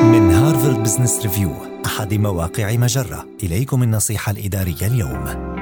من هارفارد بزنس ريفيو، أحد مواقع مجرة، إليكم النصيحة الإدارية اليوم.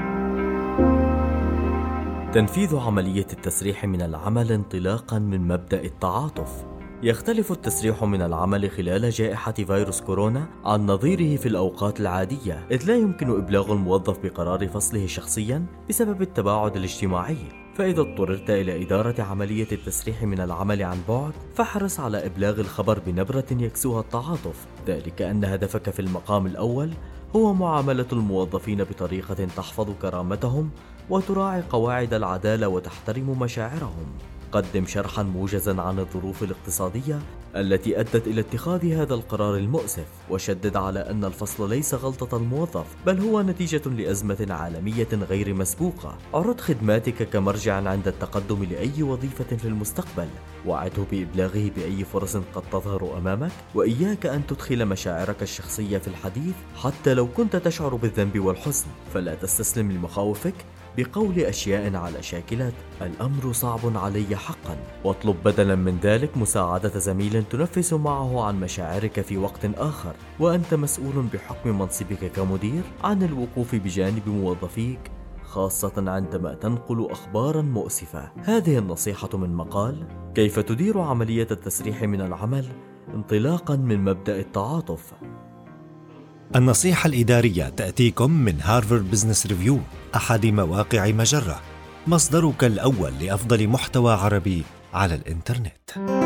تنفيذ عملية التسريح من العمل انطلاقا من مبدأ التعاطف. يختلف التسريح من العمل خلال جائحة فيروس كورونا عن نظيره في الأوقات العادية، إذ لا يمكن إبلاغ الموظف بقرار فصله شخصيا بسبب التباعد الاجتماعي. فإذا اضطررت إلى إدارة عملية التسريح من العمل عن بعد، فاحرص على إبلاغ الخبر بنبرة يكسوها التعاطف، ذلك أن هدفك في المقام الأول هو معاملة الموظفين بطريقة تحفظ كرامتهم وتراعي قواعد العدالة وتحترم مشاعرهم. قدم شرحا موجزا عن الظروف الاقتصادية التي أدت إلى اتخاذ هذا القرار المؤسف، وشدد على أن الفصل ليس غلطة الموظف، بل هو نتيجة لأزمة عالمية غير مسبوقة. عرض خدماتك كمرجع عند التقدم لأي وظيفة في المستقبل، وعده بإبلاغه بأي فرص قد تظهر أمامك، وإياك أن تدخل مشاعرك الشخصية في الحديث حتى لو كنت تشعر بالذنب والحزن. فلا تستسلم لمخاوفك بقول أشياء على شاكلة الأمر صعب علي حقا، واطلب بدلا من ذلك مساعدة زميل تنفس معه عن مشاعرك في وقت آخر، وأنت مسؤول بحكم منصبك كمدير عن الوقوف بجانب موظفيك، خاصة عندما تنقل أخبارا مؤسفة. هذه النصيحة من مقال كيف تدير عملية التسريح من العمل انطلاقا من مبدأ التعاطف. النصيحة الإدارية تأتيكم من هارفارد بزنس ريفيو، أحد مواقع مجرة، مصدرك الأول لأفضل محتوى عربي على الإنترنت.